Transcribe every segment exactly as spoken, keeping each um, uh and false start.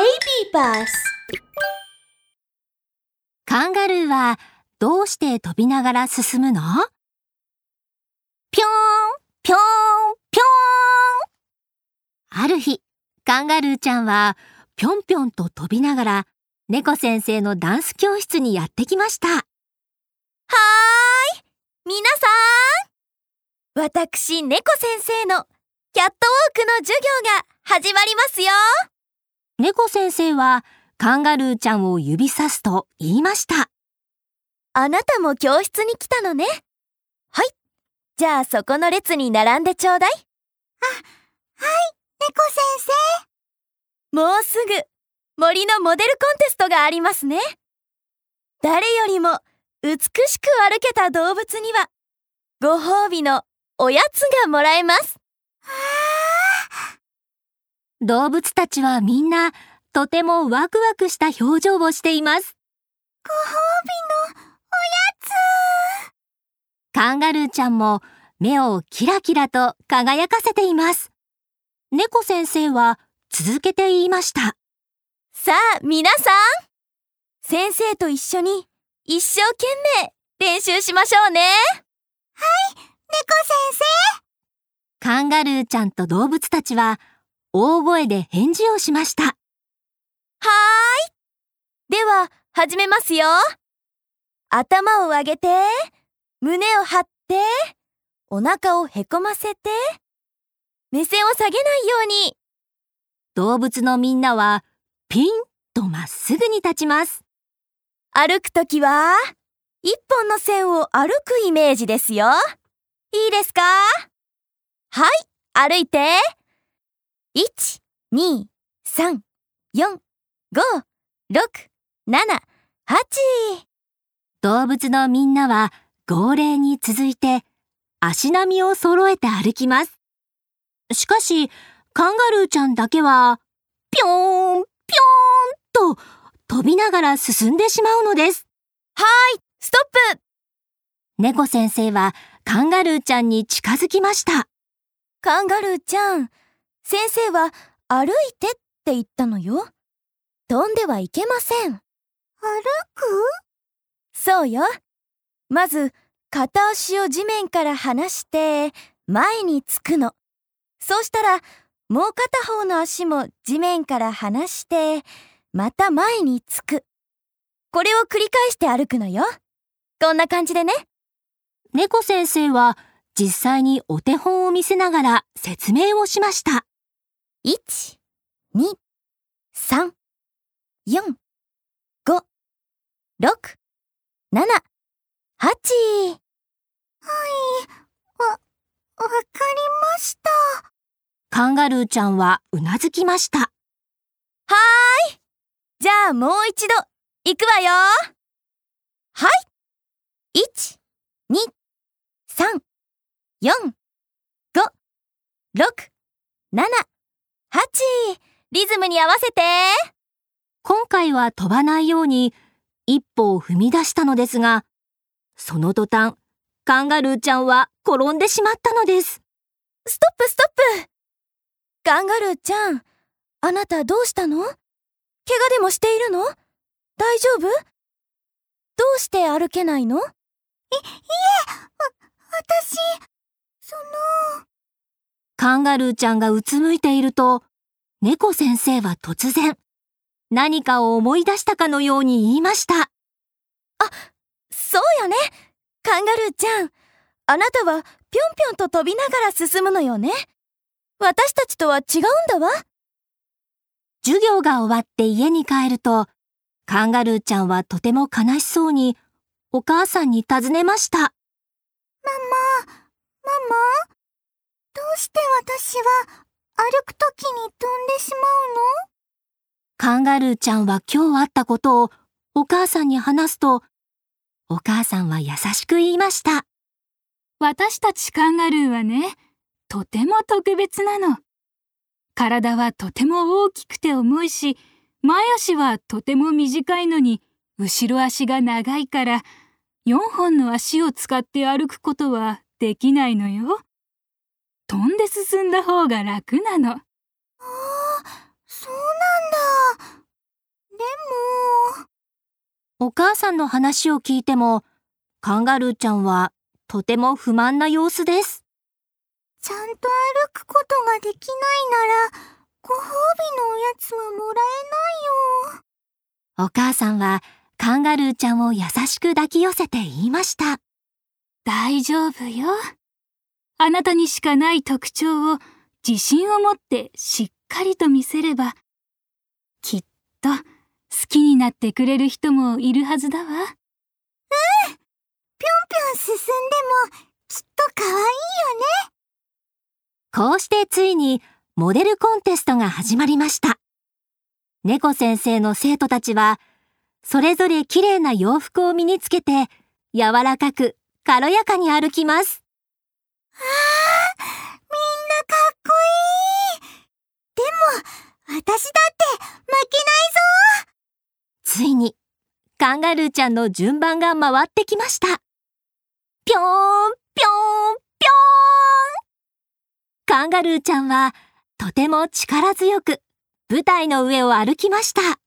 Baby Bus。 カンガルーはどうして飛びながら進むの？ぴょーん、ぴょーん、ぴょーん。ある日、カンガルーちゃんはぴょんぴょんと飛びながら猫先生のダンス教室にやってきました。はーい、皆さん、私猫先生のキャットウォークの授業が始まりますよ。 猫先生はカンガルーちゃんを指さすと言いました。 あなたも教室に来たのね。はい、じゃあそこの列に並んでちょうだい。 あ、はい、猫先生。もうすぐ森のモデルコンテストがありますね。誰よりも美しく歩けた動物にはご褒美のおやつがもらえます。 動物たちはみんなとてもワクワクした表情をしています。 ご褒美のおやつ。 カンガルーちゃんも目をキラキラと輝かせています。猫先生は続けて言いました。 さあ皆さん、先生と一緒に一生懸命練習しましょうね。はい、 猫先生。 カンガルーちゃんと動物たちは大声で返事をしました。はーい。では始めますよ。頭を上げて、胸を張って、お腹をへこませて、目線を下げないように。 動物のみんなはピンとまっすぐに立ちます。 歩くときは一本の線を歩くイメージですよ。いいですか？はい、歩いて。いち、に、さん、よん、ご、ろく、なな、はち。 動物のみんなは号令に続いて足並みを揃えて歩きます。しかし、カンガルーちゃんだけはぴょーん、ぴょーんと飛びながら進んでしまうのです。 はーい、ストップ。 猫先生はカンガルーちゃんに近づきました。 カンガルーちゃん、先生は歩いてって言ったのよ。飛んではいけません。 歩く？ そうよ。まず片足を地面から離して前につくの。そうしたらもう片方の足も地面から離してまた前につく。これを繰り返して歩くのよ。こんな感じでね。 猫先生は実際にお手本を見せながら説明をしました。 いち、に、さん、よん、ご、ろく、なな、はち。 はい、わ、わかりました。 カンガルーちゃんはうなずきました。はーい。じゃあもう一度、行くわよ。はい。いち、に、さん、よん、ご、ろく、なな、はち。リズムに合わせて。 今回は飛ばないように一歩を踏み出したのですが、その途端、カンガルーちゃんは転んでしまったのです。 ストップストップ。カンガルーちゃん、あなたどうしたの？怪我でもしているの？大丈夫？どうして歩けないの？い、いえ、わ、 私、その… カンガルーちゃんがうつむいていると、猫先生は突然、何かを思い出したかのように言いました。あ、 そうよね。カンガルーちゃん、あなたはぴょんぴょんと飛びながら進むのよね。私たちとは違うんだわ。 授業が終わって家に帰ると、カンガルーちゃんはとても悲しそうにお母さんに尋ねました。ママ、ママ、どうして私は歩くときに飛んでしまうの？ カンガルーちゃんは今日あったことをお母さんに話すと、お母さんは優しく言いました。 私たちカンガルーはね、とても特別なの。体はとても大きくて重いし、前足はとても短いのに、後ろ足が長いから、よんほんの足を使って歩くことはできないのよ。飛んで進んだ方が楽なの。 ああ、そうなんだ。 お母さんの話を聞いても、カンガルーちゃんはとても不満な様子です。 ちゃんと歩くことができないなら、ご褒美のおやつももらえないよ。 お母さんはカンガルーちゃんを優しく抱き寄せて言いました。 大丈夫よ。あなたにしかない特徴を自信を持ってしっかりと見せれば、きっと好きになってくれる人もいるはずだわ。うん。ぴょんぴょん進んでもきっと可愛いよね。 こうしてついにモデルコンテストが始まりました。猫先生の生徒たちは、それぞれ綺麗な洋服を身につけて、柔らかく軽やかに歩きます。 ああ、みんなかっこいい。でも、私だって負けないぞ。 ついに、カンガルーちゃんの順番が回ってきました。ぴょーん、ぴょーん、ぴょーん。カンガルーちゃんは、とても力強く、舞台の上を歩きました。わー、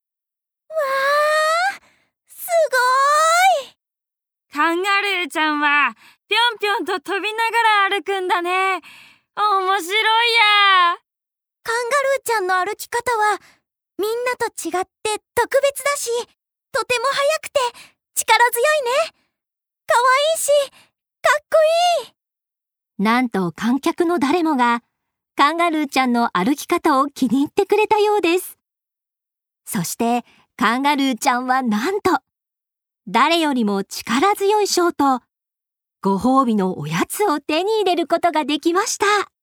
すごーい。 カンガルーちゃんはぴょんぴょんと飛びながら歩くんだね。面白いや。 カンガルーちゃんの歩き方はみんなと違って特別だし、とても速くて力強いね。かわいいし、かっこいい。 なんと観客の誰もがカンガルーちゃんの歩き方を気に入ってくれたようです。そしてカンガルーちゃんはなんと誰よりも力強いショーとご褒美のおやつを手に入れることができました。